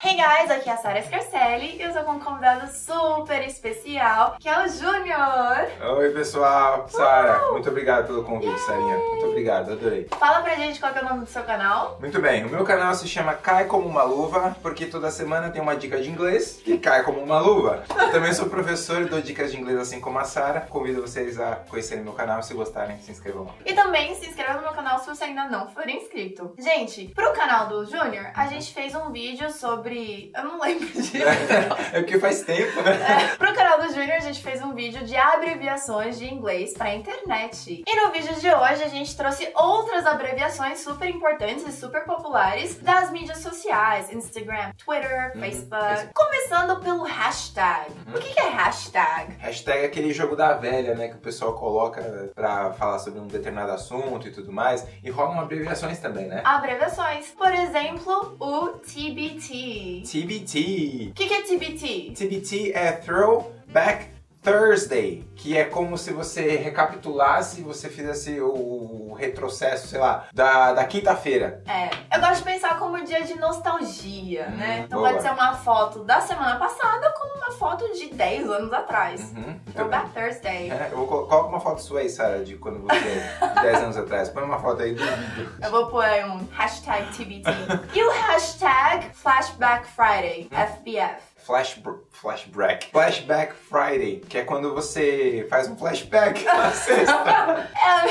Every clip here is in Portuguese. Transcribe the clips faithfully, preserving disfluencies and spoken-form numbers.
Hey guys, aqui é a Sara Scarcelli e eu tô com um convidado super especial, que é o Júnior. Oi pessoal, Sara, uh! muito obrigado pelo convite, Sarinha. Muito obrigado, adorei. Fala pra gente qual que é o nome do seu canal. Muito bem, o meu canal se chama Cai Como Uma Luva, porque toda semana tem uma dica de inglês que cai como uma luva. Eu também sou professor e dou dicas de inglês assim como a Sara. Convido vocês a conhecerem meu canal, se gostarem, se inscrevam lá. E também se inscreva no meu canal se você ainda não for inscrito. Gente, pro canal do Júnior, a gente fez um vídeo sobre... Eu não lembro disso. É porque faz tempo, né? É. Pro canal do Júnior, a gente fez um vídeo de abreviações de inglês pra internet. E no vídeo de hoje, a gente trouxe outras abreviações super importantes e super populares das mídias sociais. Instagram, Twitter, uhum. Facebook. Começando pelo hashtag. Uhum. O que é hashtag? Hashtag é aquele jogo da velha, né? Que o pessoal coloca pra falar sobre um determinado assunto e tudo mais. E rolam abreviações também, né? Abreviações. Por exemplo, o T B T. T B T. O que, que é T B T? T B T é Throwback Thursday, que é como se você recapitulasse e você fizesse o retrocesso, sei lá, da, da quinta-feira. É, eu gosto de pensar como um dia de nostalgia, hum, né? Então boa. pode ser uma foto da semana passada como uma foto de dez anos atrás. Uhum, Throwback Thursday. É, eu vou colocar uma foto sua aí, Sara, de quando você, de dez anos atrás. Põe uma foto aí do vídeo. Eu vou pôr aí um hashtag T B T. E o hashtag Flashback Friday, hum? F B F. Flash, flashback. Flashback Friday, que é quando você faz um flashback na sexta.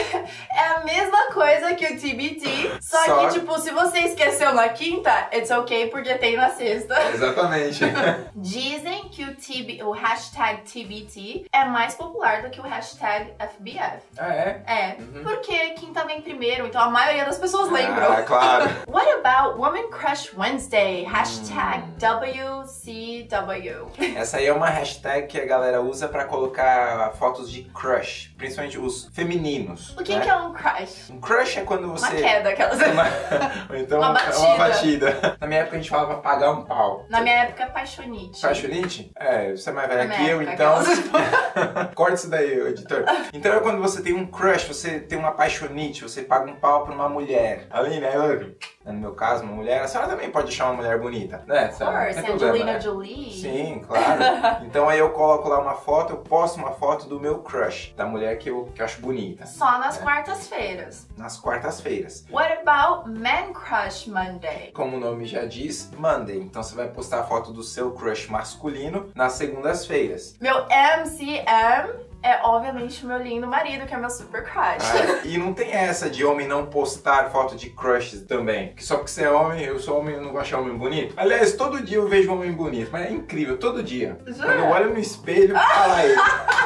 É, é a mesma coisa que o T B T, só, só que, tipo, se você esqueceu na quinta, it's ok, porque tem na sexta. Exatamente. Dizem que o, T B, o hashtag T B T é mais popular do que o hashtag F B F. Ah, é? É, uhum. Porque quinta vem primeiro, então a maioria das pessoas lembram. Ah, claro. What about Woman Crush Wednesday? Hashtag hum. W C W. Essa aí é uma hashtag que a galera usa pra colocar fotos de crush, principalmente os femininos. O que, né? que é um crush? Um crush é quando você... Uma queda, aquelas... Uma... Ou então uma batida. uma batida. Na minha época a gente falava pagar um pau. Na minha época, paixonite. Paixonite? É, você é mais velha Na que eu, época, então... aquelas... Corta isso daí, editor. Então é quando você tem um crush, você tem uma paixonite, você paga um pau pra uma mulher. Ali, né? No meu caso, uma mulher. A senhora também pode deixar uma mulher bonita, né? Of course, é Angelina né? Jolie. Sim, claro. Então aí eu coloco lá uma foto, eu posto uma foto do meu crush, da mulher que eu, que eu acho bonita. Só nas né? quartas-feiras. Nas quartas-feiras. What about Man Crush Monday? Como o nome já diz, Monday. Então você vai postar a foto do seu crush masculino nas segundas-feiras. Meu M C M... é obviamente o meu lindo marido, que é meu super crush. Ah, e não tem essa de homem não postar foto de crushes também. Que só porque você é homem, eu sou homem, eu não gosto de homem bonito. Aliás, todo dia eu vejo um homem bonito, mas é incrível, todo dia. Jura? Quando eu olho no espelho, fala ele.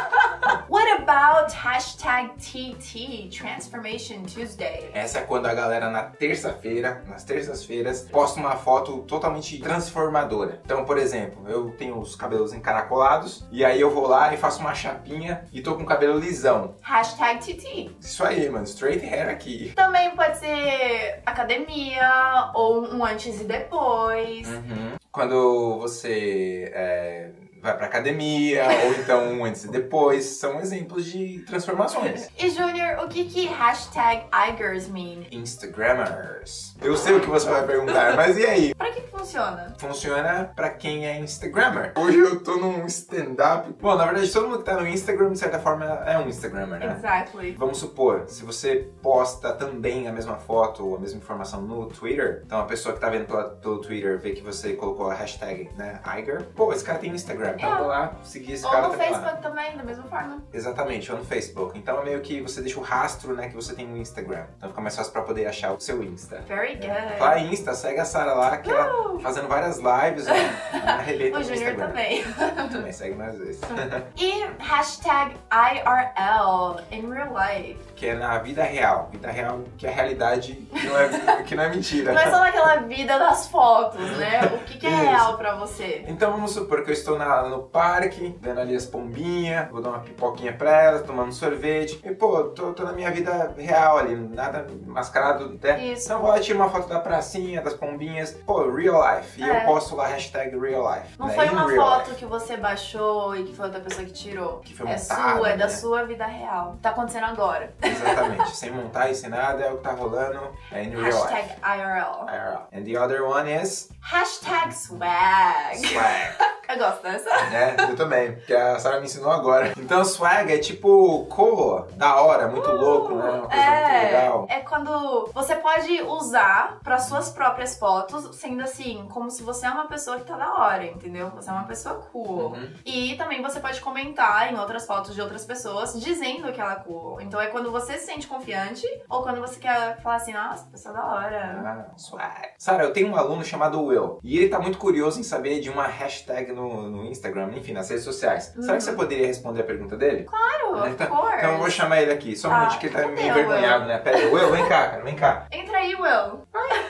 What about hashtag T T, Transformation Tuesday? Essa é quando a galera na terça-feira, nas terças-feiras, posta uma foto totalmente transformadora. Então, por exemplo, eu tenho os cabelos encaracolados, e aí eu vou lá e faço uma chapinha e tô com o cabelo lisão. Hashtag T T. Isso aí, mano, straight hair aqui. Também pode ser academia, ou um antes e depois. Uhum. Quando você... É... vai pra academia, ou então um antes e depois, são exemplos de transformações. E Júnior, o que que hashtag Igers mean? Instagrammers. Eu sei o que você vai perguntar, mas e aí? Pra que que funciona? Funciona pra quem é Instagrammer. Hoje eu tô num stand-up. Bom, na verdade, todo mundo que tá no Instagram, de certa forma, é um Instagrammer, né? Exactly. Vamos supor, se você posta também a mesma foto ou a mesma informação no Twitter, então a pessoa que tá vendo pela, pelo Twitter vê que você colocou a hashtag, né, Iger, pô, esse cara tem Instagram, então é. vou lá seguir esse ou cara. Ou no tá Facebook lá. também, da mesma forma. Exatamente, ou no Facebook. Então é meio que você deixa o rastro, né, que você tem no Instagram. Então fica mais fácil pra poder achar o seu Insta. Very good. É. Fala Insta, segue a Sara lá, que uh! ela fazendo várias lives, né, na releta o no Júnior Instagram. também. Também segue mais vezes. E hashtag I R L, in real life. Que é na vida real. Vida real, que é a realidade, que não é, que não é mentira. Não é só naquela vida das fotos, né? O que, que é Isso. real pra você? Então vamos supor que eu estou na, lá no parque, vendo ali as pombinhas, vou dar uma pipoquinha pra elas, tomando sorvete. E, pô, tô, tô na minha vida real ali, nada mascarado, né? Isso. Então vou lá tirar uma foto da pracinha, das pombinhas. Pô, real life. E É. eu posto lá hashtag real life. Não né? foi In uma real foto life. que você baixou e que foi outra pessoa que tirou. Que foi é montada, sua, é da né? sua vida real. Tá acontecendo agora. Exatamente. Sem montar e sem nada, é o que tá rolando. É in real Hashtag life. I R L. I R L. And the other one is Hashtag swag. swag. Eu gosto dessa. É, eu também, porque a Sarah me ensinou agora. Então swag é tipo cool, da hora, muito Uh, louco, né? Uma coisa é, muito legal. É quando você pode usar para suas próprias fotos, sendo assim, como se você é uma pessoa que tá da hora, entendeu? Você é uma pessoa cool. Uhum. E também você pode comentar em outras fotos de outras pessoas dizendo que ela é cool. Então é quando você se sente confiante ou quando você quer falar assim, nossa, pessoa da hora. Ah, swag. Sarah, eu tenho um aluno chamado Will e ele tá muito curioso em saber de uma hashtag no, no Instagram, enfim, nas redes sociais. Uhum. Será que você poderia responder a pergunta dele? Claro, of Então, course. então eu vou chamar ele aqui, só um Tá, minuto que ele tá cadê meio o envergonhado, Will? né? Pera aí, Will, vem cá, cara, vem cá. Entra aí, Will.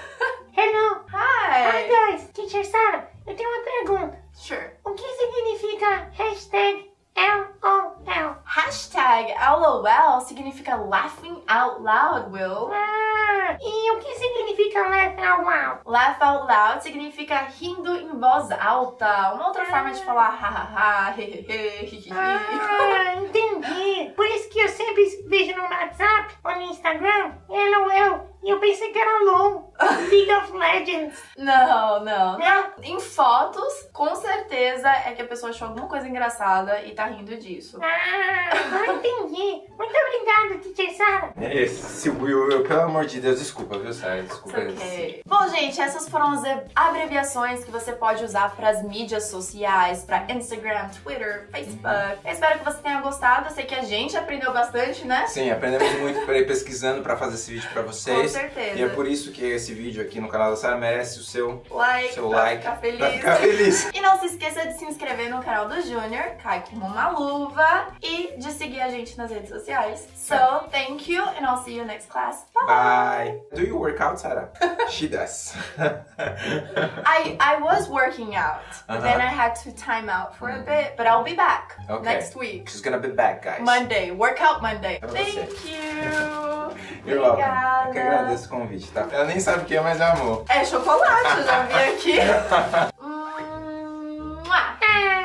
Hello. Hi, Hi. guys. Teacher Sarah, eu tenho uma pergunta. Sure. O que significa hashtag L O L? Hashtag LOL significa laughing out loud, Will. Ah, e o que significa laugh out loud? Laugh out loud significa rindo em voz alta. Uma outra forma de falar hahaha, hehehe, hihihi. Ah, entendi. Por isso que eu sempre vejo no WhatsApp ou no Instagram L O L. E eu pensei que era LOL. League of Legends. Não, não. Não? Em fotos, com certeza é que a pessoa achou alguma coisa engraçada e tá rindo disso. Ah, agora entendi. Muito obrigada, Teacher Sarah. Esse Will, eu, pelo amor de Deus, desculpa, viu, Sarah? Desculpa. It's okay. Bom, gente, essas foram as abreviações que você pode usar para as mídias sociais, para Instagram, Twitter, Facebook. Eu espero que você tenha gostado. Eu sei que a gente aprendeu bastante, né? Sim, aprendemos muito por aí pesquisando pra fazer esse vídeo pra vocês. Com certeza. E é por isso que esse vídeo aqui no canal da Sarah merece o seu Like, seu pra like ficar feliz. pra ficar feliz. E não se esqueça de se inscrever no canal do Júnior, cai como uma luva, e de seguir a gente nas redes sociais. So, thank you, and I'll see you next class. Bye! Bye. Do you work out, Sarah? She does. I, I was working out, but Uh-huh. then I had to time out for a bit, but I'll be back Okay. next week. She's gonna be back, guys. Monday, workout Monday. Pra você. Thank you! You're welcome. Obrigada. Eu que agradeço o convite, tá? Ela nem sabe o que é, mas é amor. É chocolate, eu já vi aqui. hum, mua. Ah,